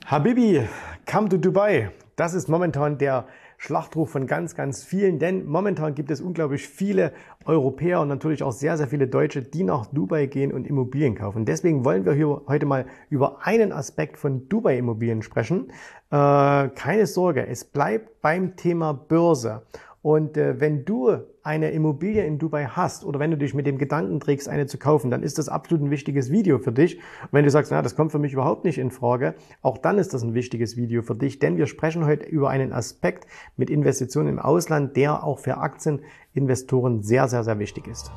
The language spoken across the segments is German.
Habibi, come to Dubai. Das ist momentan der Schlachtruf von ganz vielen, denn momentan gibt es unglaublich viele Europäer und natürlich auch sehr viele Deutsche, die nach Dubai gehen und Immobilien kaufen. Deswegen wollen wir hier heute mal über einen Aspekt von Dubai-Immobilien sprechen. Keine Sorge, es bleibt beim Thema Börse. Und wenn du eine Immobilie in Dubai hast oder wenn du dich mit dem Gedanken trägst, eine zu kaufen, dann ist das absolut ein wichtiges Video für dich. Und wenn du sagst, na, das kommt für mich überhaupt nicht in Frage, auch dann ist das ein wichtiges Video für dich, denn wir sprechen heute über einen Aspekt mit Investitionen im Ausland, der auch für Aktieninvestoren sehr wichtig ist.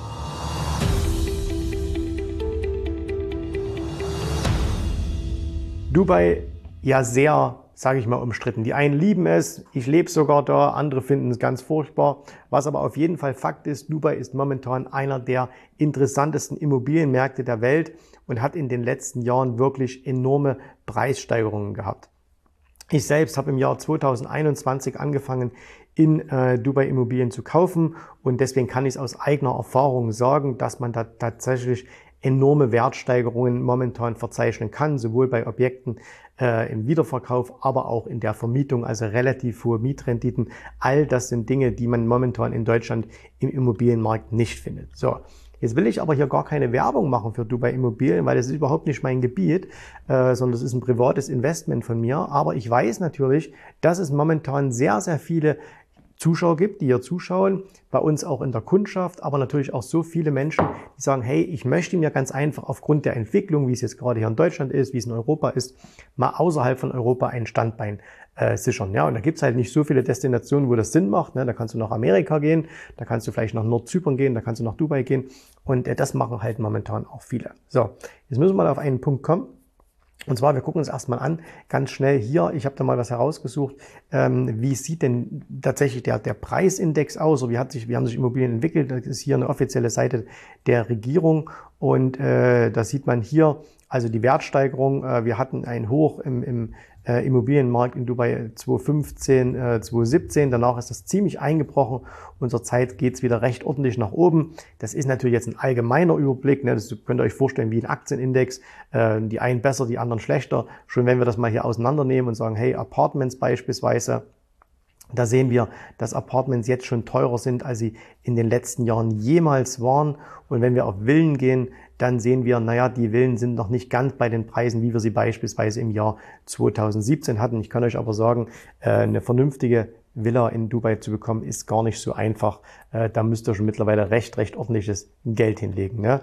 Dubai ja sehr, sage ich mal, umstritten. Die einen lieben es, ich lebe sogar da, andere finden es ganz furchtbar. Was aber auf jeden Fall Fakt ist, Dubai ist momentan einer der interessantesten Immobilienmärkte der Welt und hat in den letzten Jahren wirklich enorme Preissteigerungen gehabt. Ich selbst habe im Jahr 2021 angefangen, in Dubai Immobilien zu kaufen und deswegen kann ich es aus eigener Erfahrung sagen, dass man da tatsächlich enorme Wertsteigerungen momentan verzeichnen kann, sowohl bei Objekten im Wiederverkauf, aber auch in der Vermietung, also relativ hohe Mietrenditen. All das sind Dinge, die man momentan in Deutschland im Immobilienmarkt nicht findet. So, jetzt will ich aber hier gar keine Werbung machen für Dubai Immobilien, weil das ist überhaupt nicht mein Gebiet, sondern das ist ein privates Investment von mir. Aber ich weiß natürlich, dass es momentan sehr viele Zuschauer gibt, die hier zuschauen, bei uns auch in der Kundschaft, aber natürlich auch so viele Menschen, die sagen, hey, ich möchte mir ganz einfach aufgrund der Entwicklung, wie es jetzt gerade hier in Deutschland ist, wie es in Europa ist, mal außerhalb von Europa ein Standbein sichern. Ja, und da gibt's halt nicht so viele Destinationen, wo das Sinn macht. Ne? Da kannst du nach Amerika gehen, da kannst du vielleicht nach Nordzypern gehen, da kannst du nach Dubai gehen und das machen halt momentan auch viele. So, jetzt müssen wir mal auf einen Punkt kommen. Und zwar, wir gucken uns erstmal an, ganz schnell hier, ich habe da mal was herausgesucht, wie sieht denn tatsächlich der Preisindex aus, oder wie haben sich Immobilien entwickelt. Das ist hier eine offizielle Seite der Regierung und da sieht man hier also die Wertsteigerung. Wir hatten ein Hoch im Immobilienmarkt in Dubai 2015, 2017. Danach ist das ziemlich eingebrochen. Und zurzeit geht es wieder recht ordentlich nach oben. Das ist natürlich jetzt ein allgemeiner Überblick. Ne? Das könnt ihr euch vorstellen wie ein Aktienindex. Die einen besser, die anderen schlechter. Schon wenn wir das mal hier auseinandernehmen und sagen, hey, Apartments beispielsweise, da sehen wir, dass Apartments jetzt schon teurer sind, als sie in den letzten Jahren jemals waren. Und wenn wir auf Villen gehen, dann sehen wir, naja, die Villen sind noch nicht ganz bei den Preisen, wie wir sie beispielsweise im Jahr 2017 hatten. Ich kann euch aber sagen, eine vernünftige Villa in Dubai zu bekommen, ist gar nicht so einfach. Da müsst ihr schon mittlerweile recht ordentliches Geld hinlegen. Ne?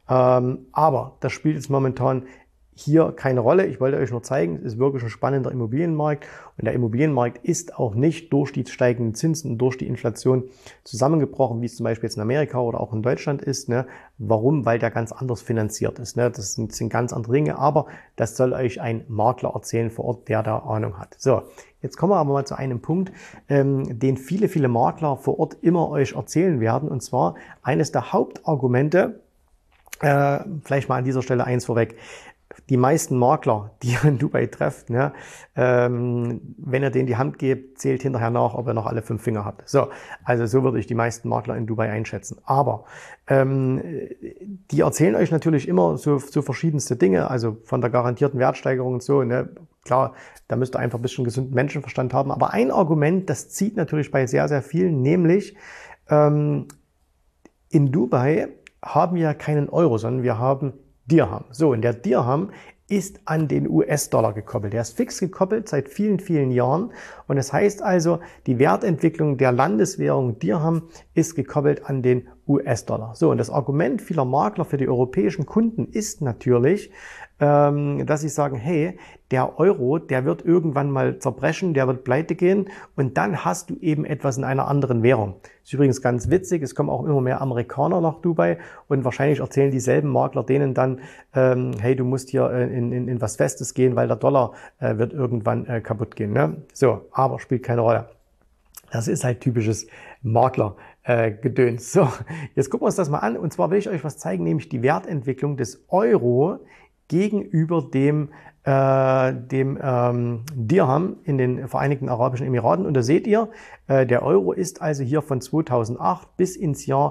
Aber das spielt jetzt momentan hier keine Rolle. Ich wollte euch nur zeigen, es ist wirklich ein spannender Immobilienmarkt und der Immobilienmarkt ist auch nicht durch die steigenden Zinsen und durch die Inflation zusammengebrochen, wie es zum Beispiel jetzt in Amerika oder auch in Deutschland ist. Ne? Warum? Weil der ganz anders finanziert ist. Ne? Das sind ganz andere Dinge, aber das soll euch ein Makler erzählen vor Ort, der da Ahnung hat. So, jetzt kommen wir aber mal zu einem Punkt, den viele Makler vor Ort immer euch erzählen werden, und zwar eines der Hauptargumente, vielleicht mal an dieser Stelle eins vorweg. Die meisten Makler, die ihr in Dubai trefft, ne, wenn ihr denen die Hand gebt, zählt hinterher nach, ob ihr noch alle 5 Finger habt. So, also so würde ich die meisten Makler in Dubai einschätzen. Aber die erzählen euch natürlich immer so verschiedenste Dinge, also von der garantierten Wertsteigerung und so. Ne. Klar, da müsst ihr einfach ein bisschen gesunden Menschenverstand haben. Aber ein Argument, das zieht natürlich bei sehr vielen, nämlich in Dubai haben wir keinen Euro, sondern wir haben Dirham. So, und der Dirham ist an den US-Dollar gekoppelt. Der ist fix gekoppelt seit vielen Jahren. Und das heißt also, die Wertentwicklung der Landeswährung Dirham ist gekoppelt an den US-Dollar. So, und das Argument vieler Makler für die europäischen Kunden ist natürlich, dass sie sagen, hey, der Euro, der wird irgendwann mal zerbrechen, der wird pleite gehen und dann hast du eben etwas in einer anderen Währung. Ist übrigens ganz witzig, es kommen auch immer mehr Amerikaner nach Dubai und wahrscheinlich erzählen dieselben Makler denen dann, hey, du musst hier in was Festes gehen, weil der Dollar wird irgendwann kaputt gehen. Ne? So, aber spielt keine Rolle. Das ist halt typisches Makler-Gedöns. So, jetzt gucken wir uns das mal an und zwar will ich euch was zeigen, nämlich die Wertentwicklung des Euro gegenüber dem Dirham in den Vereinigten Arabischen Emiraten. Und da seht ihr, der Euro ist also hier von 2008 bis ins Jahr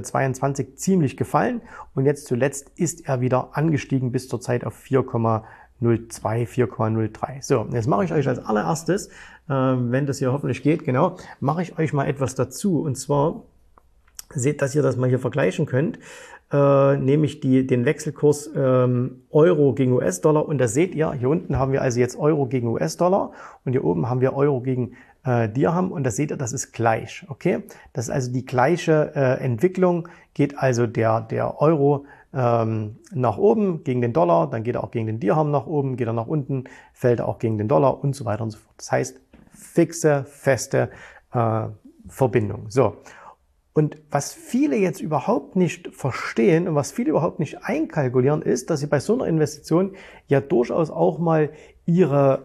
2022 ziemlich gefallen und jetzt zuletzt ist er wieder angestiegen bis zur Zeit auf 4,0 4,02, 4,03. So, jetzt mache ich euch als allererstes, wenn das hier hoffentlich geht, genau, mache ich euch mal etwas dazu. Und zwar seht, dass ihr das mal hier vergleichen könnt, nämlich den Wechselkurs Euro gegen US-Dollar. Und da seht ihr, hier unten haben wir also jetzt Euro gegen US-Dollar und hier oben haben wir Euro gegen Dirham. Und da seht ihr, das ist gleich. Okay, das ist also die gleiche Entwicklung. Geht also der Euro nach oben gegen den Dollar, dann geht er auch gegen den Dirham nach oben, geht er nach unten, fällt er auch gegen den Dollar und so weiter und so fort. Das heißt, fixe, feste Verbindung. So. Und was viele jetzt überhaupt nicht verstehen und was viele überhaupt nicht einkalkulieren, ist, dass sie bei so einer Investition ja durchaus auch mal ihre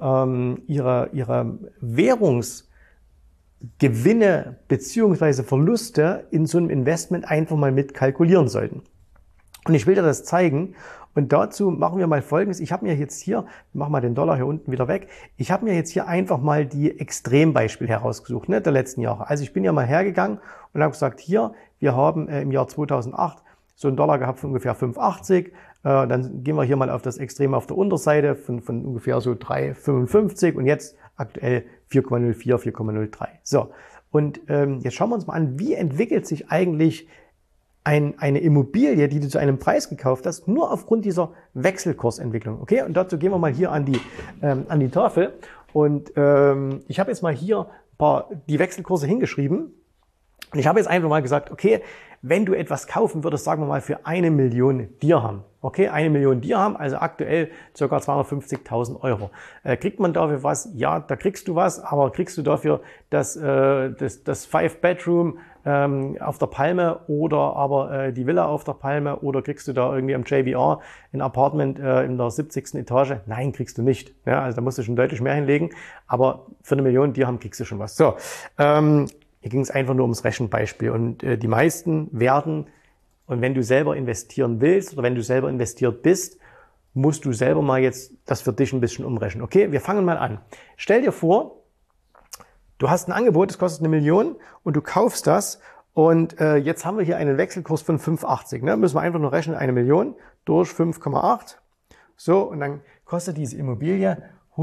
Währungsgewinne beziehungsweise Verluste in so einem Investment einfach mal mitkalkulieren sollten. Und ich will dir das zeigen. Und dazu machen wir mal Folgendes. Ich habe mir jetzt hier, ich mache mal den Dollar hier unten wieder weg, ich habe mir jetzt hier einfach mal die Extrembeispiele herausgesucht, ne, der letzten Jahre. Also ich bin ja mal hergegangen und habe gesagt, hier, wir haben im Jahr 2008 so einen Dollar gehabt von ungefähr 5,80. Dann gehen wir hier mal auf das Extrem auf der Unterseite von ungefähr so 3,55 und jetzt aktuell 4,04, 4,03. So, und jetzt schauen wir uns mal an, wie entwickelt sich eigentlich eine Immobilie, die du zu einem Preis gekauft hast, nur aufgrund dieser Wechselkursentwicklung. Okay, und dazu gehen wir mal hier an die Tafel. Und ich habe jetzt mal hier die Wechselkurse hingeschrieben. Und ich habe jetzt einfach mal gesagt, okay, wenn du etwas kaufen würdest, sagen wir mal für 1 Million Dirham. Okay, 1 Million Dirham, also aktuell ca. 250.000 Euro. Kriegt man dafür was? Ja, da kriegst du was, aber kriegst du dafür das 5-Bedroom auf der Palme oder aber die Villa auf der Palme oder kriegst du da irgendwie am JBR ein Apartment in der 70. Etage? Nein, kriegst du nicht. Ja, also da musst du schon deutlich mehr hinlegen, aber für 1 Million Dirham kriegst du schon was. So, hier ging es einfach nur ums Rechenbeispiel und die meisten werden, und wenn du selber investieren willst oder wenn du selber investiert bist, musst du selber mal jetzt das für dich ein bisschen umrechnen. Okay, wir fangen mal an. Stell dir vor, du hast ein Angebot, das kostet 1 Million und du kaufst das und jetzt haben wir hier einen Wechselkurs von 5,80. Ne? Müssen wir einfach nur rechnen, 1 Million durch 5,8. So, und dann kostet diese Immobilie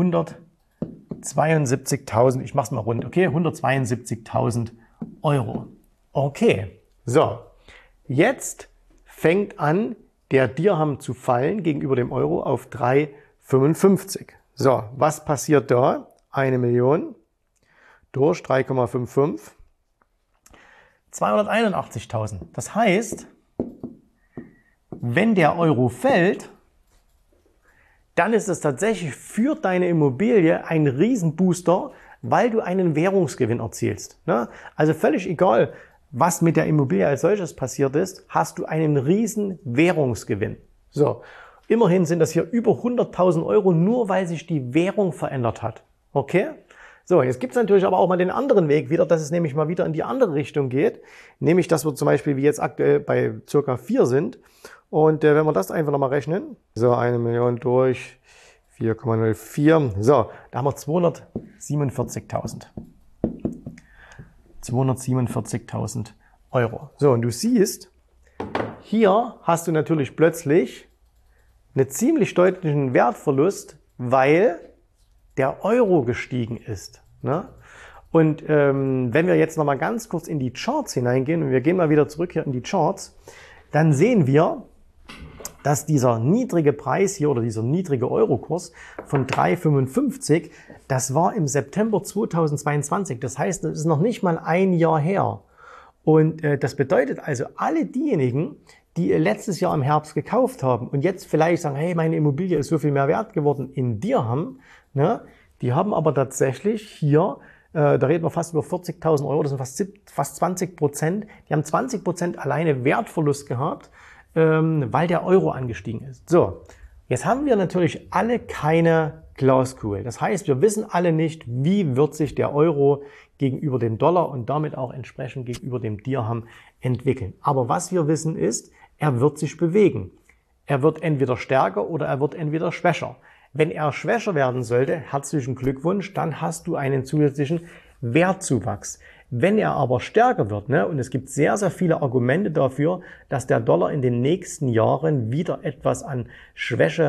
172.000, ich mach's mal rund, okay, 172.000 Euro. Okay, so, jetzt fängt an, der Dirham zu fallen gegenüber dem Euro auf 3,55. So, was passiert da? 1 Million durch 3,55, 281.000. Das heißt, wenn der Euro fällt, dann ist es tatsächlich für deine Immobilie ein Riesenbooster, weil du einen Währungsgewinn erzielst. Ne? Also völlig egal, was mit der Immobilie als solches passiert ist, hast du einen riesen Währungsgewinn. So, immerhin sind das hier über 100.000 Euro, nur weil sich die Währung verändert hat. Okay? So, jetzt gibt es natürlich aber auch mal den anderen Weg wieder, dass es nämlich mal wieder in die andere Richtung geht. Nämlich, dass wir zum Beispiel wie jetzt aktuell bei ca. 4 sind. Und wenn wir das einfach nochmal rechnen, so 1 Million durch 4,04, so, da haben wir 247.000. 247.000 Euro. So, und du siehst, hier hast du natürlich plötzlich einen ziemlich deutlichen Wertverlust, weil der Euro gestiegen ist. Ne? Und wenn wir jetzt nochmal ganz kurz in die Charts hineingehen, und wir gehen mal wieder zurück hier in die Charts, dann sehen wir, dass dieser niedrige Preis hier oder dieser niedrige Eurokurs von 3,55, das war im September 2022. Das heißt, das ist noch nicht mal ein Jahr her. Und das bedeutet also, alle diejenigen, die letztes Jahr im Herbst gekauft haben und jetzt vielleicht sagen, hey, meine Immobilie ist so viel mehr wert geworden in Dirham, ne, die haben aber tatsächlich hier, da reden wir fast über 40.000 Euro, das sind fast 20%, die haben 20% alleine Wertverlust gehabt, weil der Euro angestiegen ist. So, jetzt haben wir natürlich alle keine Glaskugel. Das heißt, wir wissen alle nicht, wie wird sich der Euro gegenüber dem Dollar und damit auch entsprechend gegenüber dem Dirham entwickeln. Aber was wir wissen ist, er wird sich bewegen. Er wird entweder stärker oder er wird entweder schwächer. Wenn er schwächer werden sollte, herzlichen Glückwunsch, dann hast du einen zusätzlichen Wertzuwachs. Wenn er aber stärker wird, ne, und es gibt sehr, sehr viele Argumente dafür, dass der Dollar in den nächsten Jahren wieder etwas an Schwäche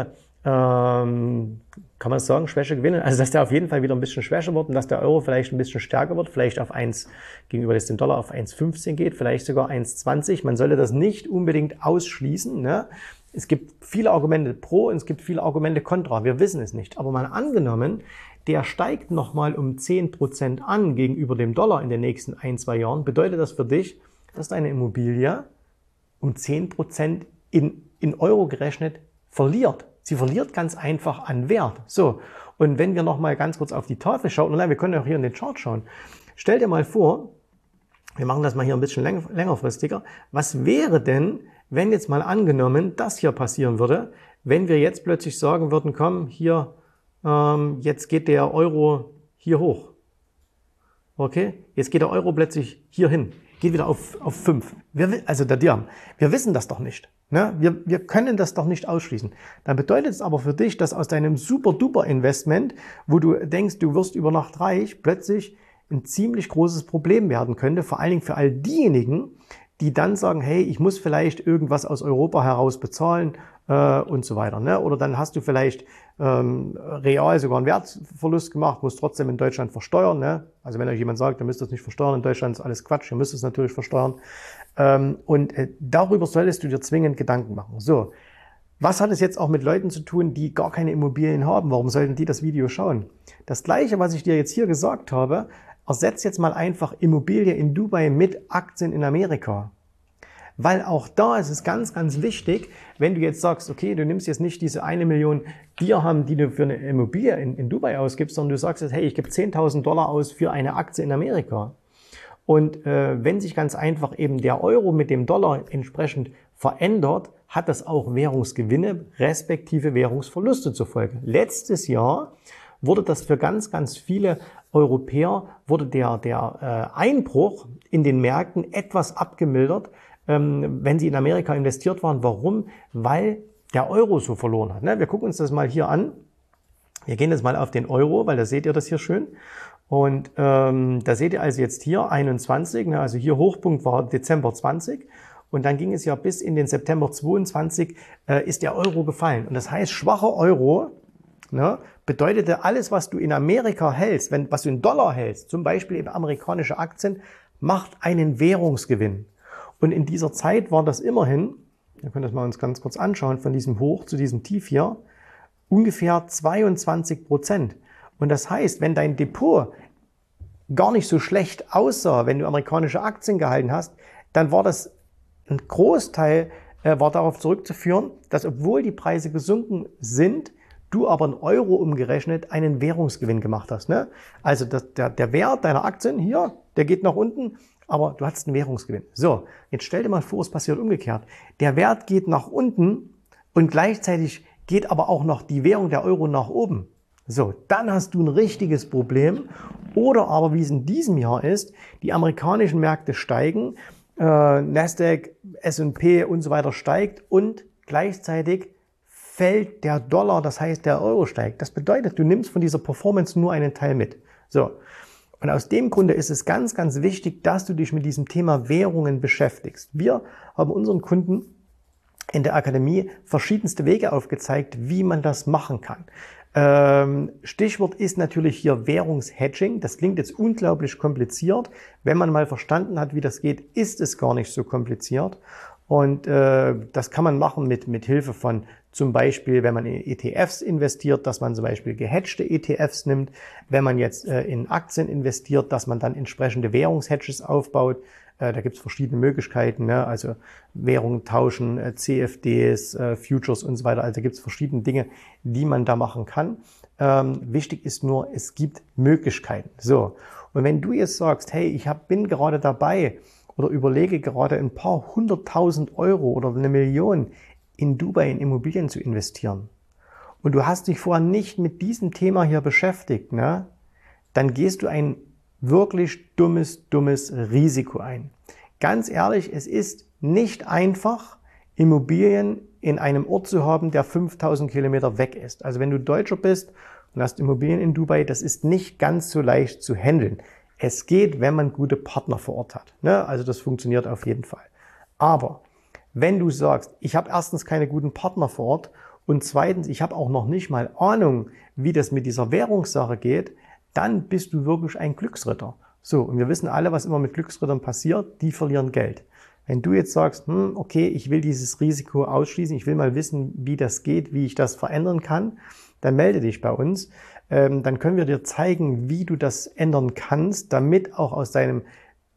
kann man sagen, Schwäche gewinnen. Also, dass der auf jeden Fall wieder ein bisschen schwächer wird und dass der Euro vielleicht ein bisschen stärker wird, vielleicht auf 1 gegenüber dem Dollar auf 1,15 geht, vielleicht sogar 1,20. Man sollte das nicht unbedingt ausschließen, ne? Es gibt viele Argumente pro und es gibt viele Argumente kontra. Wir wissen es nicht. Aber mal angenommen, der steigt nochmal um 10% an gegenüber dem Dollar in den nächsten 1-2 Jahren, bedeutet das für dich, dass deine Immobilie um 10% in Euro gerechnet verliert. Sie verliert ganz einfach an Wert. So, und wenn wir nochmal ganz kurz auf die Tafel schauen, und nein, wir können auch hier in den Chart schauen. Stell dir mal vor, wir machen das mal hier ein bisschen längerfristiger. Was wäre denn, wenn jetzt mal angenommen, das hier passieren würde, wenn wir jetzt plötzlich sagen würden, komm, hier, jetzt geht der Euro hier hoch. Okay, jetzt geht der Euro plötzlich hier hin, geht wieder auf 5. Also der Dirham. Wir wissen das doch nicht. Ne? Wir können das doch nicht ausschließen. Dann bedeutet es aber für dich, dass aus deinem Super-Duper-Investment, wo du denkst, du wirst über Nacht reich, plötzlich ein ziemlich großes Problem werden könnte. Vor allen Dingen für all diejenigen, die dann sagen, hey, ich muss vielleicht irgendwas aus Europa heraus bezahlen und so weiter. Ne? Oder dann hast du vielleicht real sogar einen Wertverlust gemacht, musst trotzdem in Deutschland versteuern. Ne? Also wenn euch jemand sagt, ihr müsst das nicht versteuern, in Deutschland ist alles Quatsch, ihr müsst es natürlich versteuern. Darüber solltest du dir zwingend Gedanken machen. So, was hat es jetzt auch mit Leuten zu tun, die gar keine Immobilien haben? Warum sollten die das Video schauen? Das Gleiche, was ich dir jetzt hier gesagt habe, ersetz jetzt mal einfach Immobilie in Dubai mit Aktien in Amerika. Weil auch da ist es ganz, ganz wichtig, wenn du jetzt sagst, okay, du nimmst jetzt nicht diese 1 Million Dirham, die du für eine Immobilie in Dubai ausgibst, sondern du sagst jetzt, hey, ich gebe $10.000 aus für eine Aktie in Amerika. Und wenn sich ganz einfach eben der Euro mit dem Dollar entsprechend verändert, hat das auch Währungsgewinne respektive Währungsverluste zur Folge. Letztes Jahr wurde das für ganz, ganz viele Europäer, wurde der Einbruch in den Märkten etwas abgemildert, wenn sie in Amerika investiert waren. Warum? Weil der Euro so verloren hat. Ne? Wir gucken uns das mal hier an. Wir gehen jetzt mal auf den Euro, weil da seht ihr das hier schön. Und da seht ihr also jetzt hier 21, ne? Also hier Hochpunkt war Dezember 20. Und dann ging es ja bis in den September 22 ist der Euro gefallen. Und das heißt, schwacher Euro, ne, bedeutete alles, was du in Amerika hältst, was du in Dollar hältst, zum Beispiel eben amerikanische Aktien, macht einen Währungsgewinn. Und in dieser Zeit war das immerhin, wir können das mal uns ganz kurz anschauen, von diesem Hoch zu diesem Tief hier, ungefähr 22%. Und das heißt, wenn dein Depot gar nicht so schlecht aussah, wenn du amerikanische Aktien gehalten hast, dann war das ein Großteil war darauf zurückzuführen, dass obwohl die Preise gesunken sind, du aber in Euro umgerechnet einen Währungsgewinn gemacht hast. Ne? Also der Wert deiner Aktien hier, der geht nach unten, aber du hattest einen Währungsgewinn. So, jetzt stell dir mal vor, es passiert umgekehrt. Der Wert geht nach unten und gleichzeitig geht aber auch noch die Währung der Euro nach oben. So, dann hast du ein richtiges Problem. Oder aber, wie es in diesem Jahr ist, die amerikanischen Märkte steigen, Nasdaq, S&P und so weiter steigt und gleichzeitig fällt der Dollar, das heißt der Euro steigt. Das bedeutet, du nimmst von dieser Performance nur einen Teil mit. So. Und aus dem Grunde ist es ganz, ganz wichtig, dass du dich mit diesem Thema Währungen beschäftigst. Wir haben unseren Kunden in der Akademie verschiedenste Wege aufgezeigt, wie man das machen kann. Stichwort ist natürlich hier Währungshedging. Das klingt jetzt unglaublich kompliziert. Wenn man mal verstanden hat, wie das geht, ist es gar nicht so kompliziert. Und das kann man machen mit Hilfe von zum Beispiel, wenn man in ETFs investiert, dass man zum Beispiel gehedgte ETFs nimmt. Wenn man jetzt in Aktien investiert, dass man dann entsprechende Währungshedges aufbaut. Da gibt es verschiedene Möglichkeiten, ne? Also Währungen tauschen, CFDs, Futures und so weiter. Also da gibt es verschiedene Dinge, die man da machen kann. Wichtig ist nur, es gibt Möglichkeiten. So, und wenn du jetzt sagst, hey, bin gerade dabei oder überlege gerade ein paar 100.000 Euro oder 1 Million in Dubai in Immobilien zu investieren und du hast dich vorher nicht mit diesem Thema hier beschäftigt, ne? Dann gehst du ein wirklich dummes Risiko ein. Ganz ehrlich, es ist nicht einfach, Immobilien in einem Ort zu haben, der 5.000 Kilometer weg ist. Also wenn du Deutscher bist und hast Immobilien in Dubai, das ist nicht ganz so leicht zu handeln. Es geht, wenn man gute Partner vor Ort hat. Ne? Also das funktioniert auf jeden Fall. Aber wenn du sagst, ich habe erstens keine guten Partner vor Ort und zweitens, ich habe auch noch nicht mal Ahnung, wie das mit dieser Währungssache geht, dann bist du wirklich ein Glücksritter. So, und wir wissen alle, was immer mit Glücksrittern passiert, die verlieren Geld. Wenn du jetzt sagst, okay, ich will dieses Risiko ausschließen, ich will mal wissen, wie das geht, wie ich das verändern kann, dann melde dich bei uns. Dann können wir dir zeigen, wie du das ändern kannst, damit auch aus deinem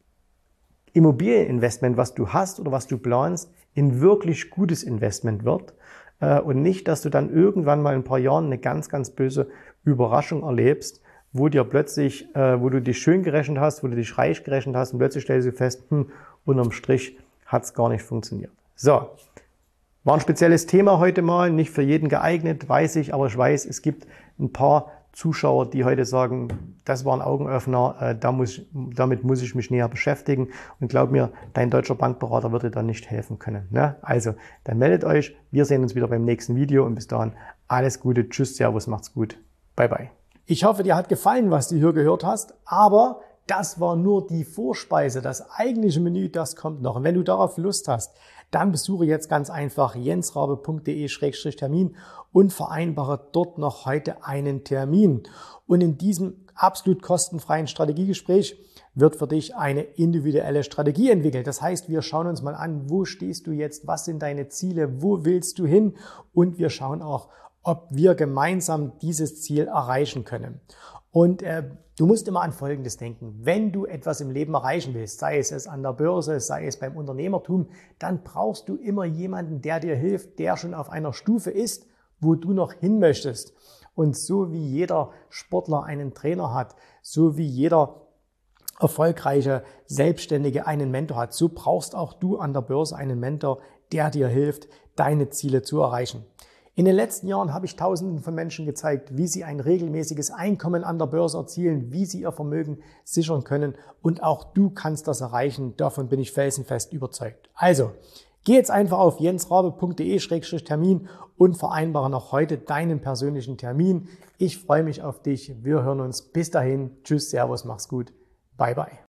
Immobilieninvestment, was du hast oder was du planst, ein wirklich gutes Investment wird und nicht, dass du dann irgendwann mal in ein paar Jahren eine ganz, ganz böse Überraschung erlebst, wo dir plötzlich, wo du dich schön gerechnet hast, wo du dich reich gerechnet hast und plötzlich stellst du fest, unterm Strich hat es gar nicht funktioniert. So, war ein spezielles Thema heute mal, nicht für jeden geeignet, weiß ich, aber ich weiß, es gibt ein paar Zuschauer, die heute sagen, das war ein Augenöffner, damit muss ich mich näher beschäftigen und glaub mir, dein deutscher Bankberater wird dir dann nicht helfen können. Ne? Also, dann meldet euch, wir sehen uns wieder beim nächsten Video und bis dahin alles Gute, tschüss, servus, macht's gut, bye bye. Ich hoffe, dir hat gefallen, was du hier gehört hast, aber das war nur die Vorspeise, das eigentliche Menü, das kommt noch. Und wenn du darauf Lust hast, dann besuche jetzt ganz einfach jensrabe.de/termin und vereinbare dort noch heute einen Termin. Und in diesem absolut kostenfreien Strategiegespräch wird für dich eine individuelle Strategie entwickelt. Das heißt, wir schauen uns mal an, wo stehst du jetzt, was sind deine Ziele, wo willst du hin und wir schauen auch, ob wir gemeinsam dieses Ziel erreichen können. Und du musst immer an Folgendes denken. Wenn du etwas im Leben erreichen willst, sei es an der Börse, sei es beim Unternehmertum, dann brauchst du immer jemanden, der dir hilft, der schon auf einer Stufe ist, wo du noch hin möchtest. Und so wie jeder Sportler einen Trainer hat, so wie jeder erfolgreiche Selbstständige einen Mentor hat, so brauchst auch du an der Börse einen Mentor, der dir hilft, deine Ziele zu erreichen. In den letzten Jahren habe ich Tausenden von Menschen gezeigt, wie sie ein regelmäßiges Einkommen an der Börse erzielen, wie sie ihr Vermögen sichern können und auch du kannst das erreichen. Davon bin ich felsenfest überzeugt. Also, geh jetzt einfach auf jensrabe.de/termin und vereinbare noch heute deinen persönlichen Termin. Ich freue mich auf dich. Wir hören uns. Bis dahin. Tschüss, servus, mach's gut. Bye, bye.